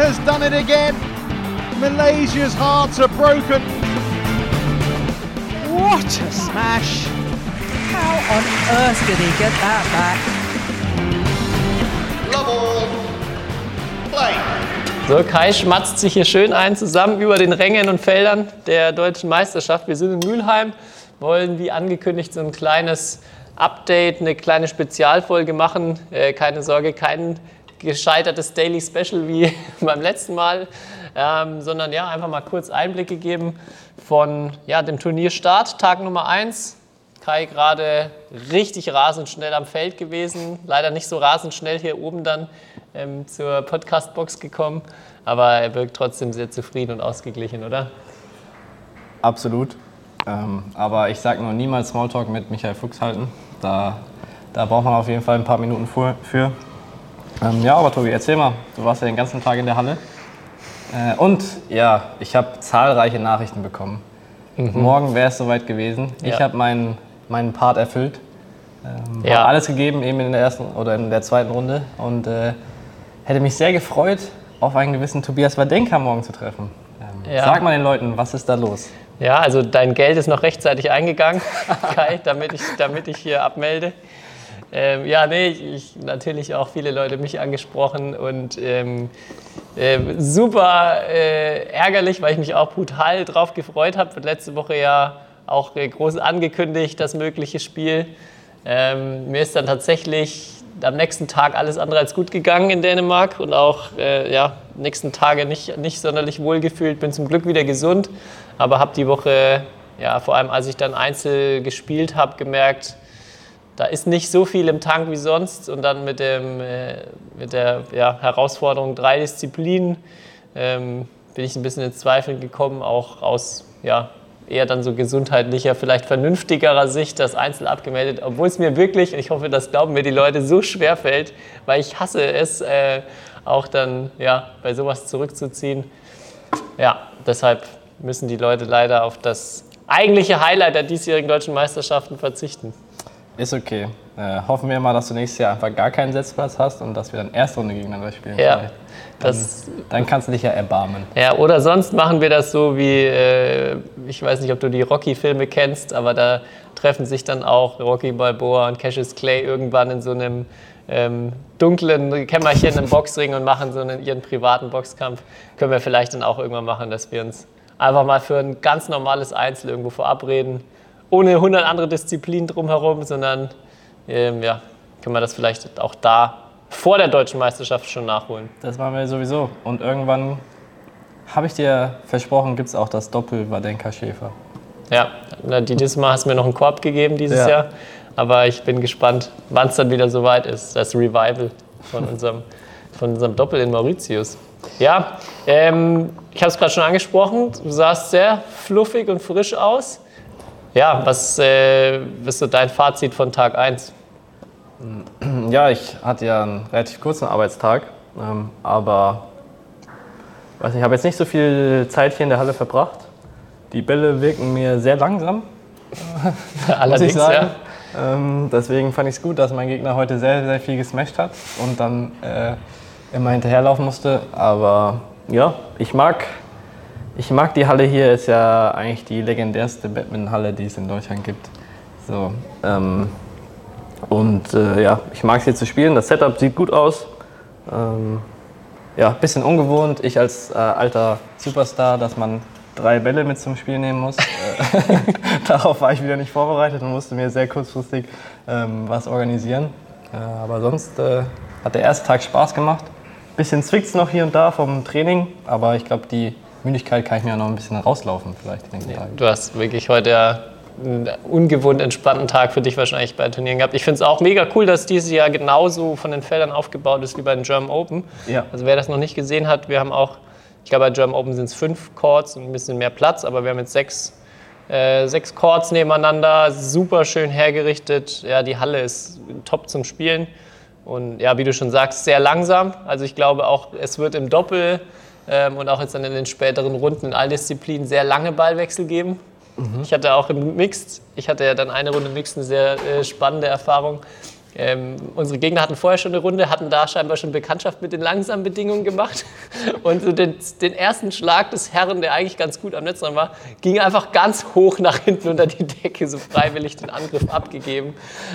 has done it again. Malaysia's hearts are broken. What a smash! How on earth did he get that back? Level. Play. So, Kai schmatzt sich hier schön ein zusammen über den Rängen und Feldern der deutschen Meisterschaft. Wir sind in Mülheim, wollen wie angekündigt so ein kleines Update, eine kleine Spezialfolge machen. Keine Sorge, kein gescheitertes Daily Special wie beim letzten Mal, sondern ja, einfach mal kurz Einblicke geben von dem Turnierstart, Tag Nummer 1. Kai gerade richtig rasend schnell am Feld gewesen, leider nicht so rasend schnell hier oben dann zur Podcast-Box gekommen, aber er wirkt trotzdem sehr zufrieden und ausgeglichen, oder? Absolut, aber ich sage nur, niemals Smalltalk mit Michael Fuchs halten, da braucht man auf jeden Fall ein paar Minuten für. Ja, aber Tobi, erzähl mal, du warst ja den ganzen Tag in der Halle und ja, ich habe zahlreiche Nachrichten bekommen. Morgen wäre es soweit gewesen. Ja. Ich habe meinen Part erfüllt, habe alles gegeben, eben in der ersten oder in der zweiten Runde und hätte mich sehr gefreut, auf einen gewissen Tobias Wardenka morgen zu treffen. Sag mal den Leuten, was ist da los? Ja, also dein Geld ist noch rechtzeitig eingegangen, Kai, damit ich hier abmelde. Natürlich auch viele Leute mich angesprochen und super ärgerlich, weil ich mich auch brutal drauf gefreut habe. Letzte Woche ja auch groß angekündigt, das mögliche Spiel. Mir ist dann tatsächlich am nächsten Tag alles andere als gut gegangen in Dänemark und auch nächsten Tage nicht sonderlich wohl gefühlt. Bin zum Glück wieder gesund, aber habe die Woche, vor allem als ich dann Einzel gespielt habe, gemerkt, da ist nicht so viel im Tank wie sonst und dann mit der Herausforderung 3 Disziplinen bin ich ein bisschen ins Zweifeln gekommen, auch aus eher dann so gesundheitlicher, vielleicht vernünftigerer Sicht das Einzel abgemeldet, obwohl es mir wirklich, und ich hoffe, das glauben mir die Leute, so schwer fällt, weil ich hasse es, auch dann bei sowas zurückzuziehen. Ja, deshalb müssen die Leute leider auf das eigentliche Highlight der diesjährigen deutschen Meisterschaften verzichten. Ist okay. Hoffen wir mal, dass du nächstes Jahr einfach gar keinen Setzplatz hast und dass wir dann Erstrunde gegeneinander spielen. Ja, dann kannst du dich ja erbarmen. Ja, oder sonst machen wir das so wie, ich weiß nicht, ob du die Rocky-Filme kennst, aber da treffen sich dann auch Rocky Balboa und Cassius Clay irgendwann in so einem dunklen Kämmerchen im Boxring und machen so ihren privaten Boxkampf. Können wir vielleicht dann auch irgendwann machen, dass wir uns einfach mal für ein ganz normales Einzel irgendwo verabreden. Ohne 100 andere Disziplinen drumherum, sondern können wir das vielleicht auch da vor der deutschen Meisterschaft schon nachholen. Das machen wir sowieso. Und irgendwann, habe ich dir versprochen, gibt es auch das Doppel Wardenka-Schäfer. Ja, dieses Mal hast du mir noch einen Korb gegeben dieses Jahr. Aber ich bin gespannt, wann es dann wieder soweit ist. Das Revival von unserem Doppel in Mauritius. Ja, ich habe es gerade schon angesprochen. Du sahst sehr fluffig und frisch aus. Ja, was ist so dein Fazit von Tag 1? Ja, ich hatte ja einen relativ kurzen Arbeitstag, aber ich habe jetzt nicht so viel Zeit hier in der Halle verbracht. Die Bälle wirken mir sehr langsam, muss ich sagen. Deswegen fand ich es gut, dass mein Gegner heute sehr, sehr viel gesmashed hat und dann immer hinterherlaufen musste. Aber ja, ich mag die Halle hier, ist ja eigentlich die legendärste Badminton-Halle, die es in Deutschland gibt. So, ich mag es hier zu spielen, das Setup sieht gut aus. Bisschen ungewohnt, ich als alter Superstar, dass man 3 Bälle mit zum Spiel nehmen muss. Darauf war ich wieder nicht vorbereitet und musste mir sehr kurzfristig was organisieren. Aber sonst hat der erste Tag Spaß gemacht. Bisschen zwickt's noch hier und da vom Training, aber ich glaube, die Müdigkeit kann ich mir noch ein bisschen rauslaufen vielleicht in den Tagen. Du hast wirklich heute einen ungewohnt entspannten Tag für dich wahrscheinlich bei Turnieren gehabt. Ich finde es auch mega cool, dass dieses Jahr genauso von den Feldern aufgebaut ist wie bei den German Open. Ja. Also wer das noch nicht gesehen hat, wir haben auch, ich glaube bei German Open sind es 5 Courts und ein bisschen mehr Platz, aber wir haben jetzt 6 Courts nebeneinander, super schön hergerichtet. Ja, die Halle ist top zum Spielen und ja, wie du schon sagst, sehr langsam. Also ich glaube auch, es wird im Doppel und auch jetzt dann in den späteren Runden in allen Disziplinen sehr lange Ballwechsel geben. Ich hatte auch im Mixed, ich hatte ja dann eine Runde Mixed, eine sehr spannende Erfahrung. Unsere Gegner hatten vorher schon eine Runde, hatten da scheinbar schon Bekanntschaft mit den langsamen Bedingungen gemacht. Und so den ersten Schlag des Herren, der eigentlich ganz gut am Netz dran war, ging einfach ganz hoch nach hinten unter die Decke, so freiwillig den Angriff abgegeben.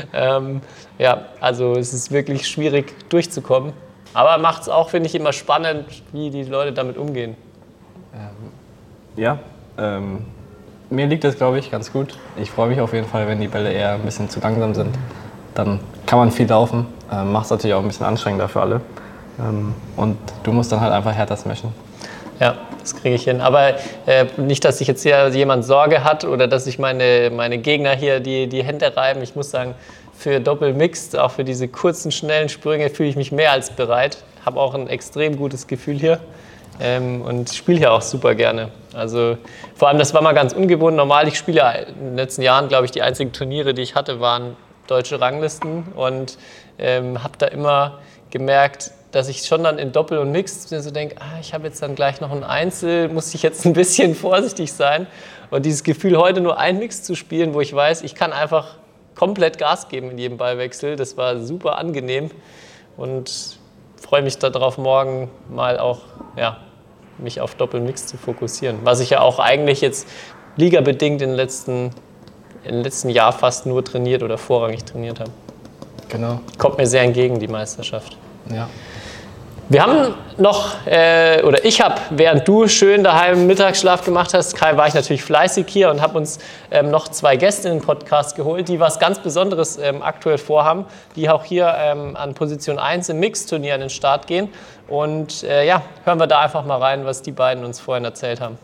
Ja, also es ist wirklich schwierig durchzukommen. Aber macht es auch, finde ich, immer spannend, wie die Leute damit umgehen. Ja, mir liegt das, glaube ich, ganz gut. Ich freue mich auf jeden Fall, wenn die Bälle eher ein bisschen zu langsam sind. Dann kann man viel laufen, macht es natürlich auch ein bisschen anstrengender für alle. Und du musst dann halt einfach härter smashen. Ja, das kriege ich hin. Aber nicht, dass sich jetzt hier jemand Sorge hat oder dass sich meine Gegner hier die Hände reiben. Ich muss sagen, für Doppel-Mixed, auch für diese kurzen, schnellen Sprünge, fühle ich mich mehr als bereit. Habe auch ein extrem gutes Gefühl hier und spiele hier auch super gerne. Also vor allem, das war mal ganz ungewohnt. Normal, ich spiele in den letzten Jahren, glaube ich, die einzigen Turniere, die ich hatte, waren deutsche Ranglisten und habe da immer gemerkt, dass ich schon dann in Doppel und Mixed so denke, ich habe jetzt dann gleich noch ein Einzel, muss ich jetzt ein bisschen vorsichtig sein. Und dieses Gefühl, heute nur ein Mix zu spielen, wo ich weiß, ich kann einfach komplett Gas geben in jedem Ballwechsel, das war super angenehm und freue mich darauf, morgen mal auch mich auf Doppel-Mix zu fokussieren. Was ich ja auch eigentlich jetzt ligabedingt im letzten Jahr fast nur trainiert oder vorrangig trainiert habe. Genau. Kommt mir sehr entgegen, die Meisterschaft. Ja. Wir haben noch, ich habe, während du schön daheim Mittagsschlaf gemacht hast, Kai, war ich natürlich fleißig hier und habe uns noch 2 Gäste in den Podcast geholt, die was ganz Besonderes aktuell vorhaben, die auch hier an Position 1 im Mixturnier an den Start gehen. Und hören wir da einfach mal rein, was die beiden uns vorhin erzählt haben.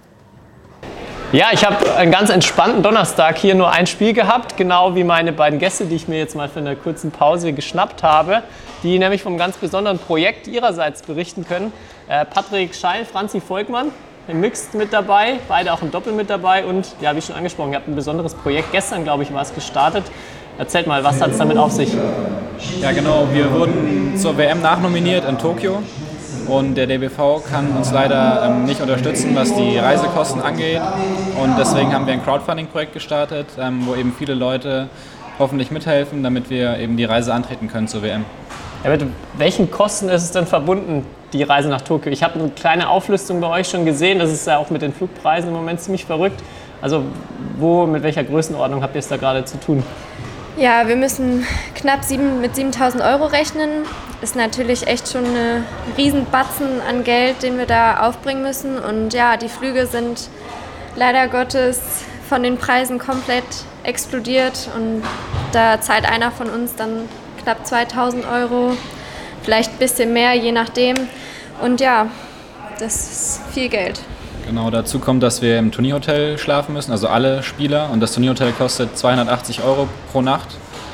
Ja, ich habe einen ganz entspannten Donnerstag hier nur ein Spiel gehabt, genau wie meine beiden Gäste, die ich mir jetzt mal für eine kurze Pause geschnappt habe, die nämlich vom ganz besonderen Projekt ihrerseits berichten können. Patrick Scheil, Franzi Volkmann im Mixed mit dabei, beide auch im Doppel mit dabei und ja, wie schon angesprochen, ihr habt ein besonderes Projekt. Gestern, glaube ich, war es gestartet. Erzählt mal, was hat es damit auf sich? Ja genau, wir wurden zur WM nachnominiert in Tokio. Und der DBV kann uns leider nicht unterstützen, was die Reisekosten angeht. Und deswegen haben wir ein Crowdfunding-Projekt gestartet, wo eben viele Leute hoffentlich mithelfen, damit wir eben die Reise antreten können zur WM. Ja, mit welchen Kosten ist es denn verbunden, die Reise nach Tokio? Ich habe eine kleine Auflistung bei euch schon gesehen. Das ist ja auch mit den Flugpreisen im Moment ziemlich verrückt. Also mit welcher Größenordnung habt ihr es da gerade zu tun? Ja, wir müssen knapp mit 7.000 Euro rechnen. Ist natürlich echt schon ein Riesenbatzen an Geld, den wir da aufbringen müssen. Und ja, die Flüge sind leider Gottes von den Preisen komplett explodiert. Und da zahlt einer von uns dann knapp 2.000 Euro, vielleicht ein bisschen mehr, je nachdem. Und ja, das ist viel Geld. Genau, dazu kommt, dass wir im Turnierhotel schlafen müssen, also alle Spieler. Und das Turnierhotel kostet 280 Euro pro Nacht.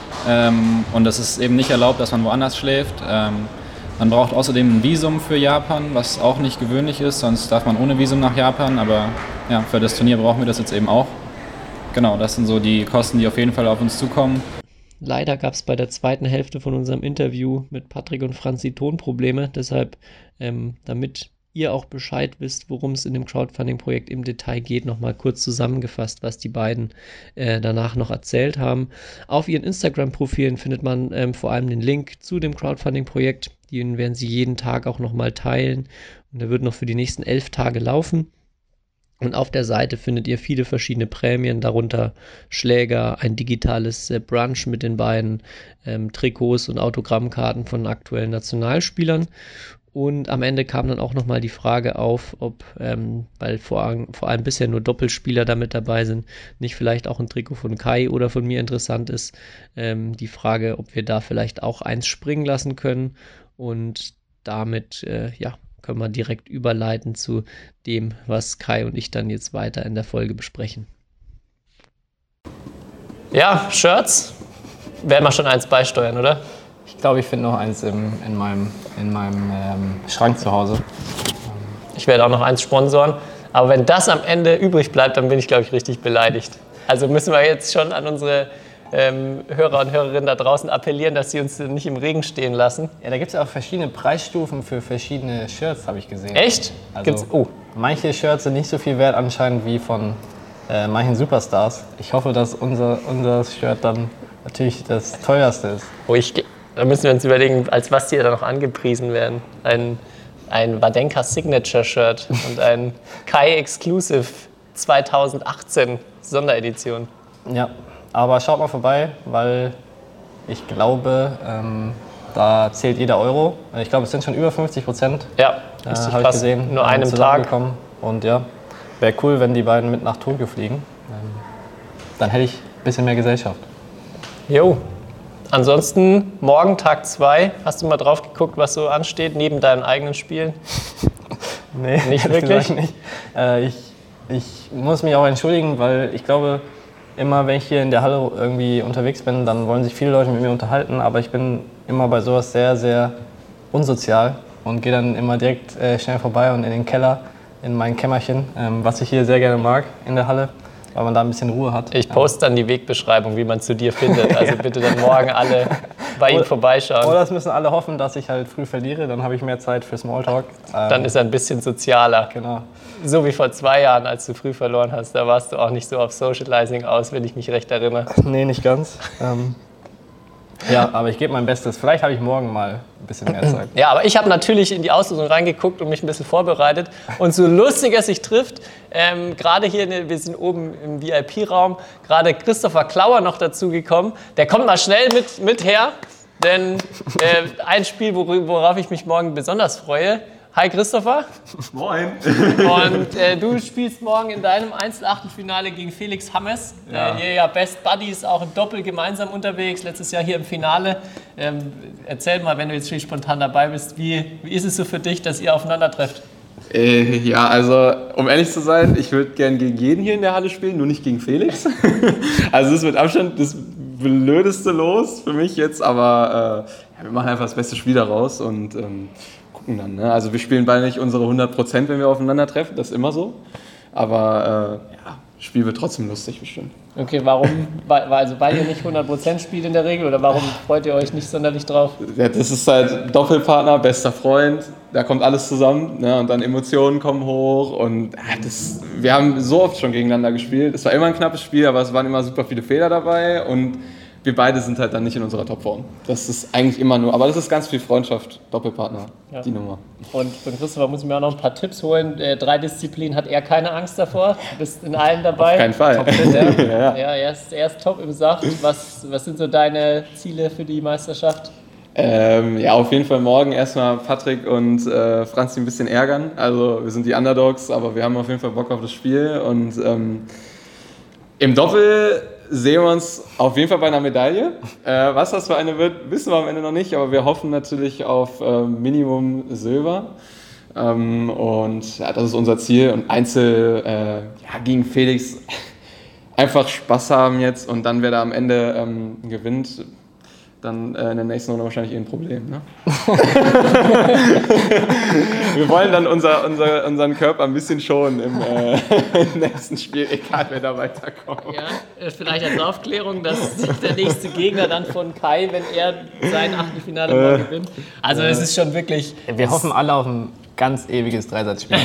Und das ist eben nicht erlaubt, dass man woanders schläft. Man braucht außerdem ein Visum für Japan, was auch nicht gewöhnlich ist, sonst darf man ohne Visum nach Japan. Aber ja, für das Turnier brauchen wir das jetzt eben auch. Genau, das sind so die Kosten, die auf jeden Fall auf uns zukommen. Leider gab es bei der zweiten Hälfte von unserem Interview mit Patrick und Franzi Tonprobleme. Deshalb, damit ihr auch Bescheid wisst, worum es in dem Crowdfunding-Projekt im Detail geht, nochmal kurz zusammengefasst, was die beiden danach noch erzählt haben. Auf ihren Instagram-Profilen findet man vor allem den Link zu dem Crowdfunding-Projekt. Den werden sie jeden Tag auch nochmal teilen und der wird noch für die nächsten 11 Tage laufen. Und auf der Seite findet ihr viele verschiedene Prämien, darunter Schläger, ein digitales Brunch mit den beiden Trikots und Autogrammkarten von aktuellen Nationalspielern. Und am Ende kam dann auch nochmal die Frage auf, ob, weil vor allem bisher nur Doppelspieler damit dabei sind, nicht vielleicht auch ein Trikot von Kai oder von mir interessant ist. Die Frage, ob wir da vielleicht auch eins springen lassen können. Und damit, können wir direkt überleiten zu dem, was Kai und ich dann jetzt weiter in der Folge besprechen. Ja, Shirts werden wir schon eins beisteuern, oder? Ich glaube, ich finde noch eins in meinem Schrank zu Hause. Ich werde auch noch eins sponsoren. Aber wenn das am Ende übrig bleibt, dann bin ich, glaube ich, richtig beleidigt. Also müssen wir jetzt schon an unsere Hörer und Hörerinnen da draußen appellieren, dass sie uns nicht im Regen stehen lassen. Ja, da gibt es auch verschiedene Preisstufen für verschiedene Shirts, habe ich gesehen. Echt? Also, manche Shirts sind nicht so viel wert anscheinend wie von manchen Superstars. Ich hoffe, dass unser Shirt dann natürlich das teuerste ist. Da müssen wir uns überlegen, als was die da noch angepriesen werden. Ein Wadenka Signature Shirt und ein Kai Exclusive 2018 Sonderedition. Ja, aber schaut mal vorbei, weil ich glaube, da zählt jeder Euro. Ich glaube, es sind schon über 50%. Ja, richtig habe ich gesehen. Nur einem Tag. Und ja, wäre cool, wenn die beiden mit nach Tokio fliegen. Dann hätte ich ein bisschen mehr Gesellschaft. Jo. Ansonsten, morgen Tag 2. Hast du mal drauf geguckt, was so ansteht, neben deinen eigenen Spielen? Nee, nicht wirklich? Nicht. Ich muss mich auch entschuldigen, weil ich glaube, immer wenn ich hier in der Halle irgendwie unterwegs bin, dann wollen sich viele Leute mit mir unterhalten, aber ich bin immer bei sowas sehr, sehr unsozial und gehe dann immer direkt schnell vorbei und in den Keller, in mein Kämmerchen, was ich hier sehr gerne mag in der Halle, weil man da ein bisschen Ruhe hat. Ich poste dann die Wegbeschreibung, wie man zu dir findet, also bitte dann morgen alle bei ihm vorbeischauen. Oder das müssen alle hoffen, dass ich halt früh verliere, dann habe ich mehr Zeit für Smalltalk. Dann ist er ein bisschen sozialer. Genau. So wie vor 2 Jahren, als du früh verloren hast, da warst du auch nicht so auf Socializing aus, wenn ich mich recht erinnere. Nee, nicht ganz. Ja, aber ich gebe mein Bestes. Vielleicht habe ich morgen mal ein bisschen mehr Zeit. Ja, aber ich habe natürlich in die Auslosung reingeguckt und mich ein bisschen vorbereitet. Und so lustig es sich trifft, gerade hier, wir sind oben im VIP-Raum, gerade Christopher Klauer noch dazugekommen. Der kommt mal schnell mit her, denn ein Spiel, worauf ich mich morgen besonders freue. Hi Christopher. Moin. Und du spielst morgen in deinem Einzel-Achtelfinale gegen Felix Hammes. Ihr ja Best Buddies, auch im Doppel gemeinsam unterwegs, letztes Jahr hier im Finale. Erzähl mal, wenn du jetzt spontan dabei bist, wie ist es so für dich, dass ihr aufeinander trefft? Ja, also um ehrlich zu sein, ich würde gern gegen jeden hier in der Halle spielen, nur nicht gegen Felix. Also das ist mit Abstand das blödeste Los für mich jetzt, aber wir machen einfach das beste Spiel daraus und gucken dann. Ne? Also wir spielen beide nicht unsere 100%, wenn wir aufeinandertreffen, das ist immer so. Aber das Spiel wird trotzdem lustig bestimmt. Okay, warum? Weil ihr nicht 100% spielt in der Regel oder warum freut ihr euch nicht sonderlich drauf? Ja, das ist halt Doppelpartner, bester Freund, da kommt alles zusammen, ne? Und dann Emotionen kommen hoch und wir haben so oft schon gegeneinander gespielt. Es war immer ein knappes Spiel, aber es waren immer super viele Fehler dabei und wir beide sind halt dann nicht in unserer Topform. Das ist eigentlich immer nur, aber das ist ganz viel Freundschaft, Doppelpartner, die Nummer. Und von Christopher muss ich mir auch noch ein paar Tipps holen. 3 Disziplinen hat er keine Angst davor. Du bist in allen dabei. Auf keinen Fall. Topfit, ja, er ist top im Saft. Was sind so deine Ziele für die Meisterschaft? Auf jeden Fall morgen erstmal Patrick und Franzi ein bisschen ärgern. Also wir sind die Underdogs, aber wir haben auf jeden Fall Bock auf das Spiel. Und im Doppel sehen wir uns auf jeden Fall bei einer Medaille. Was das für eine wird, wissen wir am Ende noch nicht, aber wir hoffen natürlich auf Minimum Silber. Und das ist unser Ziel. Und Einzel gegen Felix einfach Spaß haben jetzt und dann, wer da am Ende gewinnt, dann in der nächsten Runde wahrscheinlich ein Problem. Ne? Wir wollen dann unseren Körper ein bisschen schonen im nächsten Spiel, egal wer da weiterkommt. Ja, vielleicht als Aufklärung, dass sich der nächste Gegner dann von Kai, wenn er sein Achtelfinale mal gewinnt. Also es ist schon wirklich... Wir hoffen alle auf ein ganz ewiges Dreisatzspiel.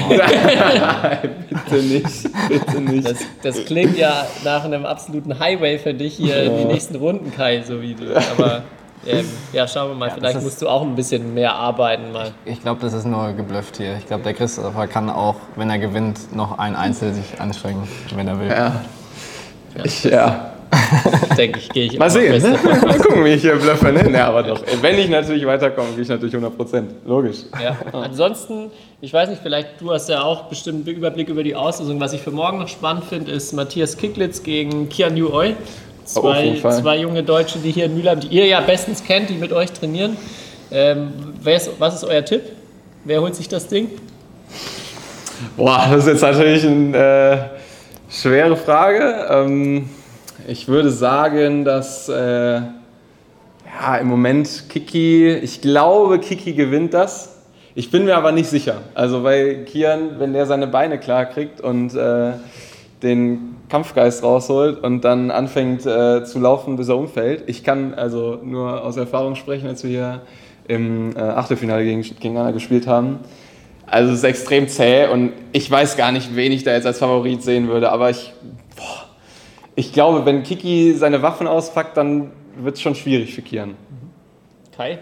Bitte nicht. Das klingt ja nach einem absoluten Highway für dich hier in die nächsten Runden, Kai, so wie du. Aber schauen wir mal, vielleicht musst du auch ein bisschen mehr arbeiten mal. Ich glaube, das ist nur geblufft hier. Ich glaube, der Christopher kann auch, wenn er gewinnt, noch ein Einzel sich anstrengen, wenn er will. Ja. Denke ich, gehe ich mal sehen. Mal gucken, wie ich hier bluffe. Ne? Ja, aber doch. Wenn ich natürlich weiterkomme, gehe ich natürlich 100%. Logisch. Ja. Ansonsten, ich weiß nicht, vielleicht du hast ja auch bestimmt einen Überblick über die Auslosung. Was ich für morgen noch spannend finde, ist Matthias Kicklitz gegen Kian Yu Oi. Zwei junge Deutsche, die hier in Mülheim, die ihr ja bestens kennt, die mit euch trainieren. Was ist euer Tipp? Wer holt sich das Ding? Boah, das ist jetzt natürlich eine schwere Frage. Ich würde sagen, dass im Moment ich glaube, Kiki gewinnt das. Ich bin mir aber nicht sicher. Also weil Kian, wenn der seine Beine klar kriegt und den Kampfgeist rausholt und dann anfängt zu laufen, bis er umfällt. Ich kann also nur aus Erfahrung sprechen, als wir hier im Achtelfinale gegeneinander gespielt haben. Also es ist extrem zäh und ich weiß gar nicht, wen ich da jetzt als Favorit sehen würde, aber ich glaube, wenn Kiki seine Waffen auspackt, dann wird es schon schwierig für Kian. Kai?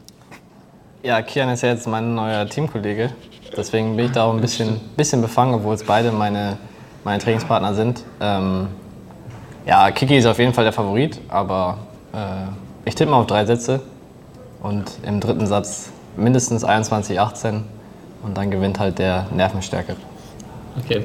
Ja, Kian ist ja jetzt mein neuer Teamkollege. Deswegen bin ich da auch ein bisschen befangen, obwohl es beide meine Trainingspartner sind. Ja, Kiki ist auf jeden Fall der Favorit, aber ich tippe mal auf 3 Sätze. Und im dritten Satz mindestens 21-18. Und dann gewinnt halt der Nervenstärke. Okay.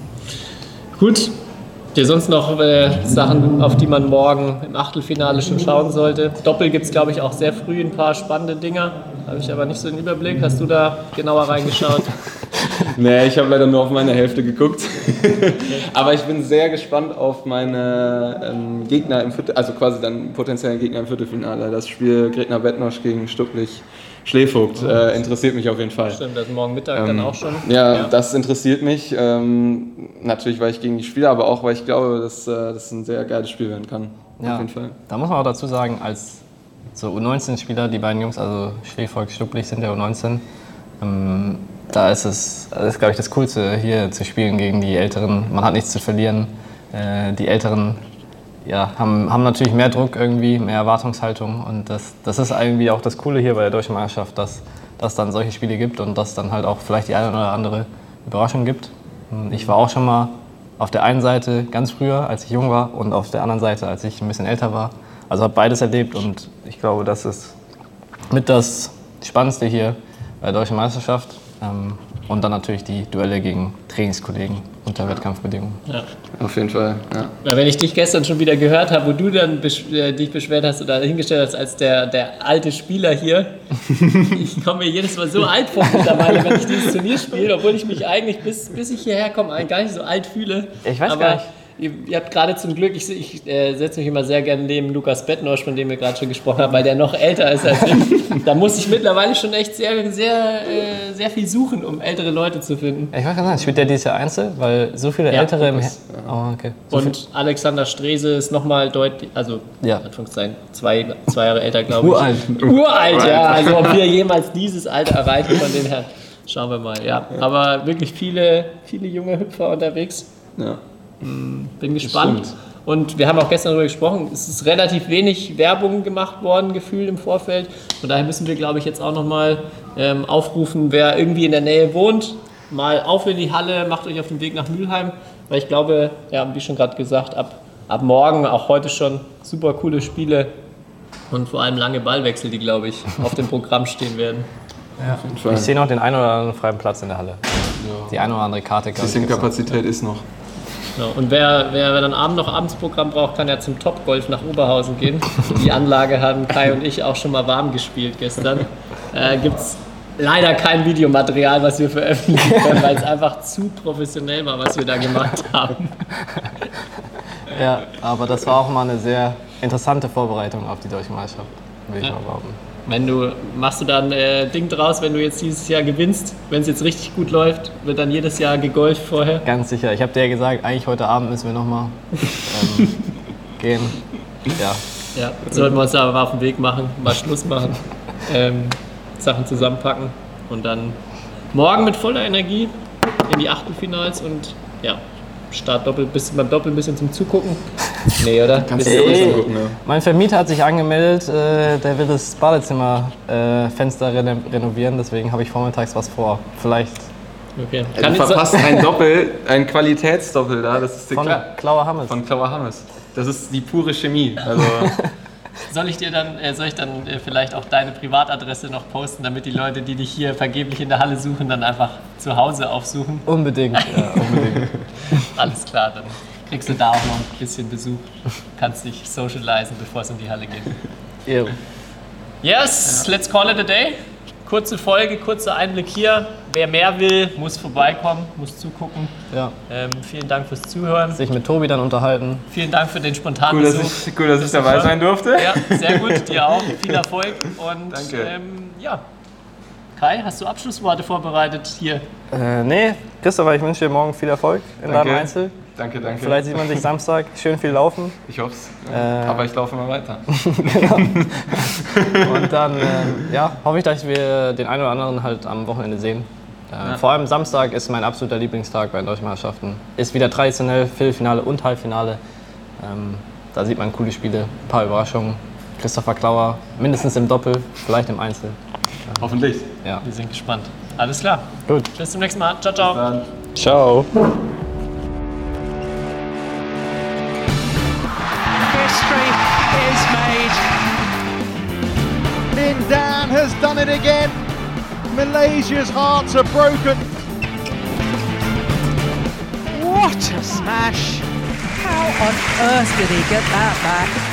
Gut. Dir sonst noch Sachen, auf die man morgen im Achtelfinale schon schauen sollte? Doppel gibt es, glaube ich, auch sehr früh ein paar spannende Dinger. Habe ich aber nicht so den Überblick. Hast du da genauer reingeschaut? Nee, ich habe leider nur auf meine Hälfte geguckt. Aber ich bin sehr gespannt auf meine Gegner im Viertelfinale, also quasi dann potenziellen Gegner im Viertelfinale. Das Spiel Gretna Bettnosch gegen Stucklich-Schlevogt interessiert mich auf jeden Fall. Stimmt, das ist morgen Mittag dann auch schon. Ja, das interessiert mich. Natürlich, weil ich gegen die spiele, aber auch, weil ich glaube, dass das ein sehr geiles Spiel werden kann. Ja, auf jeden Fall. Da muss man auch dazu sagen, als so U19-Spieler, die beiden Jungs, also Schlevogt, Stucklich sind ja U19, da ist es, glaube ich, das Coolste, hier zu spielen gegen die Älteren. Man hat nichts zu verlieren. Die Älteren haben natürlich mehr Druck irgendwie, mehr Erwartungshaltung. Und das ist irgendwie auch das Coole hier bei der Deutschen Meisterschaft, dass es dann solche Spiele gibt und dass dann halt auch vielleicht die eine oder andere Überraschung gibt. Ich war auch schon mal auf der einen Seite ganz früher, als ich jung war, und auf der anderen Seite, als ich ein bisschen älter war. Also habe beides erlebt und ich glaube, das ist mit das Spannendste hier bei der Deutschen Meisterschaft. Und dann natürlich die Duelle gegen Trainingskollegen unter Wettkampfbedingungen. Ja. Auf jeden Fall, ja. Na, wenn ich dich gestern schon wieder gehört habe, wo du dann dich beschwert hast oder hingestellt hast als der alte Spieler hier, ich komme mir jedes Mal so alt vor mittlerweile, wenn ich dieses Turnier spiele, obwohl ich mich eigentlich bis ich hierher komme gar nicht so alt fühle. Ich weiß gar nicht. Ihr habt gerade zum Glück, ich setze mich immer sehr gerne neben Lukas Bettnosch, von dem wir gerade schon gesprochen haben, weil der noch älter ist als ich. Da muss ich mittlerweile schon echt sehr viel suchen, um ältere Leute zu finden. Ich weiß gar nicht, spielt der dieses Jahr Einzel? Weil so viele Ältere im... Oh, okay. Und Alexander Strese ist nochmal deutlich, also Ja. Anführungszeichen, zwei Jahre älter, glaube ich. Uralt. Uralt, ja. Also ob wir jemals dieses Alter erreichen, von dem her, schauen wir mal. Ja. Aber wirklich viele junge Hüpfer unterwegs. Ja. Bin gespannt. Und wir haben auch gestern darüber gesprochen, es ist relativ wenig Werbung gemacht worden, gefühlt im Vorfeld. Von daher müssen wir, glaube ich, jetzt auch nochmal aufrufen, wer irgendwie in der Nähe wohnt, mal auf in die Halle, macht euch auf den Weg nach Mülheim. Weil ich glaube, ja, wie schon gerade gesagt, ab morgen, auch heute schon, super coole Spiele und vor allem lange Ballwechsel, die, glaube ich, auf dem Programm stehen werden. Ja. Auf jeden Fall. Ich sehe noch den einen oder anderen freien Platz in der Halle. Die eine oder andere Karte. Bisschen Kapazität ist noch. Ja, und wer dann abends Programm braucht, kann ja zum Topgolf nach Oberhausen gehen. Die Anlage haben Kai und ich auch schon mal warm gespielt gestern. Gibt es leider kein Videomaterial, was wir veröffentlichen können, weil es einfach zu professionell war, was wir da gemacht haben. Ja, aber das war auch mal eine sehr interessante Vorbereitung auf die Deutsche Meisterschaft, will ich mal behaupten. Machst du da ein Ding draus, wenn du jetzt dieses Jahr gewinnst, wenn es jetzt richtig gut läuft, wird dann jedes Jahr gegolft vorher? Ganz sicher. Ich habe dir ja gesagt, eigentlich heute Abend müssen wir nochmal gehen. Ja. Sollten wir uns aber mal auf den Weg machen, mal Schluss machen, Sachen zusammenpacken und dann morgen mit voller Energie in die Achtelfinals und ja, Start beim Doppel ein bisschen zum Zugucken. Nee, oder? Kannst du dir auch schon gucken, ja. Mein Vermieter hat sich angemeldet, der will das Badezimmerfenster renovieren, deswegen habe ich vormittags was vor. Vielleicht Okay. Du verpasst ein Doppel, ein Qualitätsdoppel da, das ist dir von klar. Klauer Hammes. Von Klauer Hammes. Das ist die pure Chemie. Also Soll ich dann vielleicht auch deine Privatadresse noch posten, damit die Leute, die dich hier vergeblich in der Halle suchen, dann einfach zu Hause aufsuchen? Unbedingt, ja, unbedingt. Alles klar, dann kriegst du da auch noch ein bisschen Besuch. Kannst dich socialisen, bevor es in die Halle geht. Ew. Yes, let's call it a day. Kurze Folge, kurzer Einblick hier. Wer mehr will, muss vorbeikommen, muss zugucken. Ja. Vielen Dank fürs Zuhören. Sich mit Tobi dann unterhalten. Vielen Dank für den spontanen cool, Besuch. dass ich dabei sein durfte. Ja, sehr gut. Dir auch. Viel Erfolg. Und Danke. Ja. Kai, hast du Abschlussworte vorbereitet hier? Nee, Christopher, ich wünsche dir morgen viel Erfolg in deinem Einzel. Danke. Vielleicht sieht man sich Samstag. Schön viel laufen. Ich hoffe es. Aber ich laufe mal weiter. Genau. Und dann hoffe ich, dass wir den einen oder anderen halt am Wochenende sehen. Vor allem Samstag ist mein absoluter Lieblingstag bei den Deutschen Meisterschaften. Ist wieder traditionell Viertelfinale und Halbfinale. Da sieht man coole Spiele, ein paar Überraschungen. Christopher Klauer, mindestens im Doppel, vielleicht im Einzel. Hoffentlich. Ja. Wir sind gespannt. Alles klar. Gut. Bis zum nächsten Mal. Ciao, ciao. Dann. Ciao. History is made. Lin Dan has done it again. Malaysia's hearts are broken. What a smash! How on earth did he get that back?